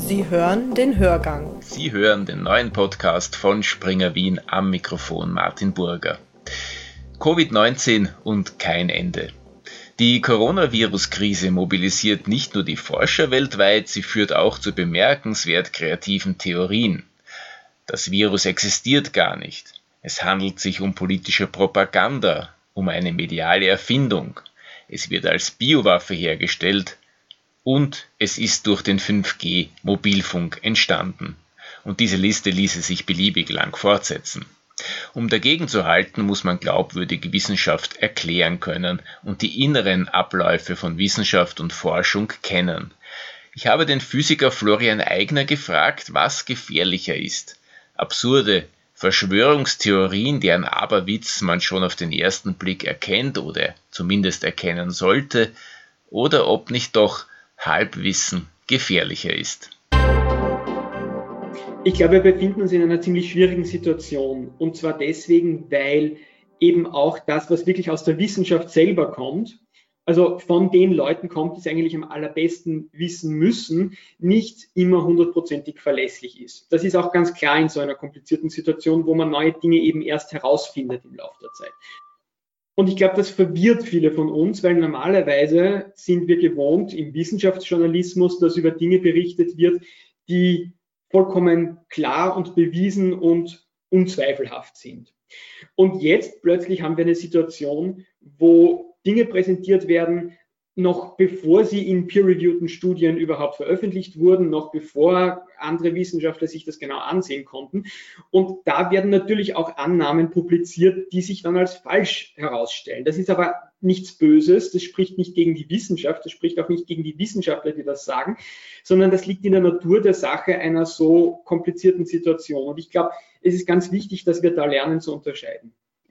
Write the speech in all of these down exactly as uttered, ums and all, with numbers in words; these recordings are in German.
Sie hören den Hörgang. Sie hören den neuen Podcast von Springer Wien, am Mikrofon Martin Burger. Covid neunzehn und kein Ende. Die Coronavirus-Krise mobilisiert nicht nur die Forscher weltweit, sie führt auch zu bemerkenswert kreativen Theorien. Das Virus existiert gar nicht. Es handelt sich um politische Propaganda, um eine mediale Erfindung. Es wird als Biowaffe hergestellt. Und es ist durch den fünf G Mobilfunk entstanden. Und diese Liste ließe sich beliebig lang fortsetzen. Um dagegen zu halten, muss man glaubwürdige Wissenschaft erklären können und die inneren Abläufe von Wissenschaft und Forschung kennen. Ich habe den Physiker Florian Eigner gefragt, was gefährlicher ist. Absurde Verschwörungstheorien, deren Aberwitz man schon auf den ersten Blick erkennt oder zumindest erkennen sollte, oder ob nicht doch Halbwissen gefährlicher ist. Ich glaube, wir befinden uns in einer ziemlich schwierigen Situation. Und zwar deswegen, weil eben auch das, was wirklich aus der Wissenschaft selber kommt, also von den Leuten kommt, die es eigentlich am allerbesten wissen müssen, nicht immer hundertprozentig verlässlich ist. Das ist auch ganz klar in so einer komplizierten Situation, wo man neue Dinge eben erst herausfindet im Laufe der Zeit. Und ich glaube, das verwirrt viele von uns, weil normalerweise sind wir gewohnt im Wissenschaftsjournalismus, dass über Dinge berichtet wird, die vollkommen klar und bewiesen und unzweifelhaft sind. Und jetzt plötzlich haben wir eine Situation, wo Dinge präsentiert werden, noch bevor sie in peer-reviewten Studien überhaupt veröffentlicht wurden, noch bevor andere Wissenschaftler sich das genau ansehen konnten. Und da werden natürlich auch Annahmen publiziert, die sich dann als falsch herausstellen. Das ist aber nichts Böses, das spricht nicht gegen die Wissenschaft, das spricht auch nicht gegen die Wissenschaftler, die das sagen, sondern das liegt in der Natur der Sache einer so komplizierten Situation. Und ich glaube, es ist ganz wichtig, dass wir da lernen zu unterscheiden.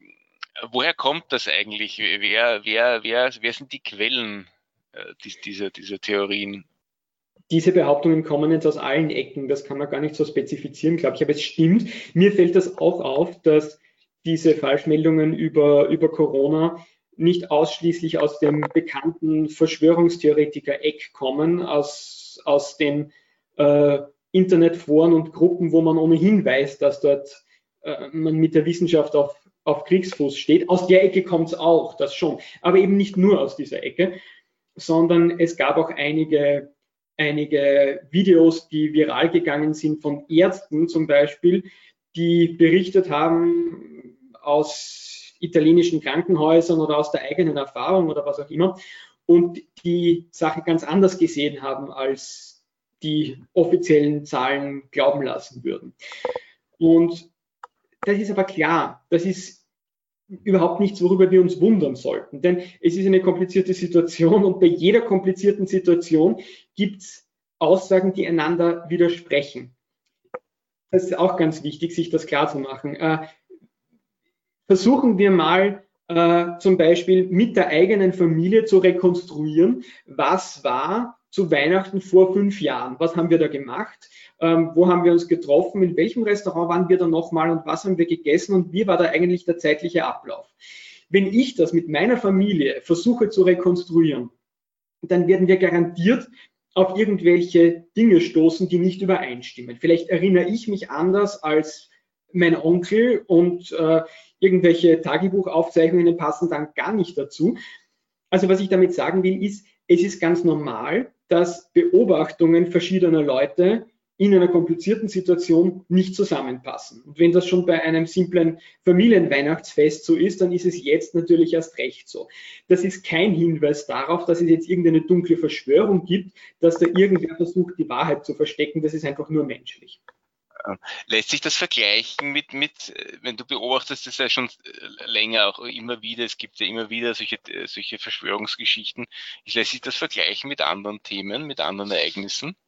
Woher kommt das eigentlich? Wer, wer, wer, wer sind die Quellen Diese, diese Theorien? Diese Behauptungen kommen jetzt aus allen Ecken, das kann man gar nicht so spezifizieren, glaube ich, aber es stimmt. Mir fällt das auch auf, dass diese Falschmeldungen über, über Corona nicht ausschließlich aus dem bekannten Verschwörungstheoretiker-Eck kommen, aus, aus den äh, Internetforen und Gruppen, wo man ohnehin weiß, dass dort äh, man mit der Wissenschaft auf, auf Kriegsfuß steht. Aus der Ecke kommt es auch, das schon, aber eben nicht nur aus dieser Ecke, sondern es gab auch einige, einige Videos, die viral gegangen sind von Ärzten zum Beispiel, die berichtet haben aus italienischen Krankenhäusern oder aus der eigenen Erfahrung oder was auch immer und die Sache ganz anders gesehen haben, als die offiziellen Zahlen glauben lassen würden. Und das ist aber klar, das ist überhaupt nichts, worüber wir uns wundern sollten. Denn es ist eine komplizierte Situation und bei jeder komplizierten Situation gibt es Aussagen, die einander widersprechen. Das ist auch ganz wichtig, sich das klar zu machen. Äh, versuchen wir mal äh, zum Beispiel mit der eigenen Familie zu rekonstruieren, was war zu Weihnachten vor fünf Jahren. Was haben wir da gemacht? Ähm, wo haben wir uns getroffen? In welchem Restaurant waren wir da nochmal und was haben wir gegessen und wie war da eigentlich der zeitliche Ablauf? Wenn ich das mit meiner Familie versuche zu rekonstruieren, dann werden wir garantiert auf irgendwelche Dinge stoßen, die nicht übereinstimmen. Vielleicht erinnere ich mich anders als mein Onkel und äh, irgendwelche Tagebuchaufzeichnungen passen dann gar nicht dazu. Also was ich damit sagen will, ist, es ist ganz normal, dass Beobachtungen verschiedener Leute in einer komplizierten Situation nicht zusammenpassen. Und wenn das schon bei einem simplen Familienweihnachtsfest so ist, dann ist es jetzt natürlich erst recht so. Das ist kein Hinweis darauf, dass es jetzt irgendeine dunkle Verschwörung gibt, dass da irgendwer versucht, die Wahrheit zu verstecken. Das ist einfach nur menschlich. Lässt sich das vergleichen mit, mit, wenn du beobachtest, das ist ja schon länger auch immer wieder, es gibt ja immer wieder solche, solche Verschwörungsgeschichten. Lässt sich das vergleichen mit anderen Themen, mit anderen Ereignissen?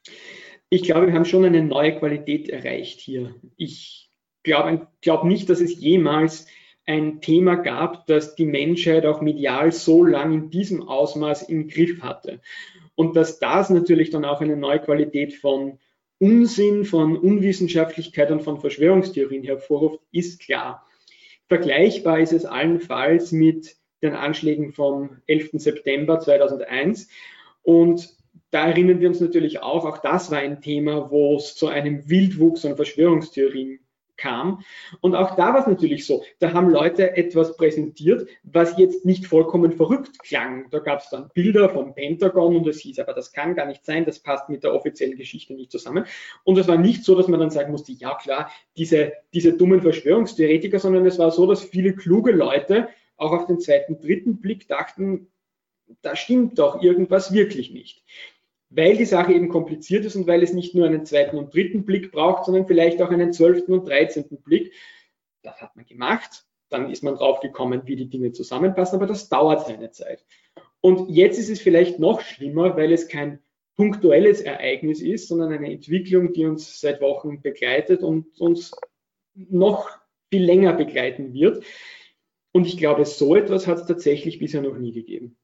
Ich glaube, wir haben schon eine neue Qualität erreicht hier. Ich glaube glaub nicht, dass es jemals ein Thema gab, das die Menschheit auch medial so lang in diesem Ausmaß im Griff hatte. Und dass das natürlich dann auch eine neue Qualität von Unsinn, von Unwissenschaftlichkeit und von Verschwörungstheorien hervorruft, ist klar. Vergleichbar ist es allenfalls mit den Anschlägen vom elften September zweitausendeins. Und da erinnern wir uns natürlich auch, auch das war ein Thema, wo es zu einem Wildwuchs an Verschwörungstheorien kam. Und auch da war es natürlich so, da haben Leute etwas präsentiert, was jetzt nicht vollkommen verrückt klang. Da gab es dann Bilder vom Pentagon und es hieß, aber das kann gar nicht sein, das passt mit der offiziellen Geschichte nicht zusammen. Und es war nicht so, dass man dann sagen musste, ja klar, diese, diese dummen Verschwörungstheoretiker, sondern es war so, dass viele kluge Leute auch auf den zweiten, dritten Blick dachten, da stimmt doch irgendwas wirklich nicht. Weil die Sache eben kompliziert ist und weil es nicht nur einen zweiten und dritten Blick braucht, sondern vielleicht auch einen zwölften und dreizehnten Blick. Das hat man gemacht. Dann ist man drauf gekommen, wie die Dinge zusammenpassen, aber das dauert seine Zeit. Und jetzt ist es vielleicht noch schlimmer, weil es kein punktuelles Ereignis ist, sondern eine Entwicklung, die uns seit Wochen begleitet und uns noch viel länger begleiten wird. Und ich glaube, so etwas hat es tatsächlich bisher noch nie gegeben.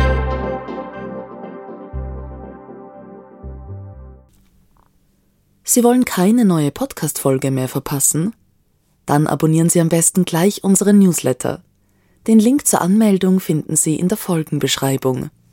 Sie wollen keine neue Podcast-Folge mehr verpassen? Dann abonnieren Sie am besten gleich unseren Newsletter. Den Link zur Anmeldung finden Sie in der Folgenbeschreibung.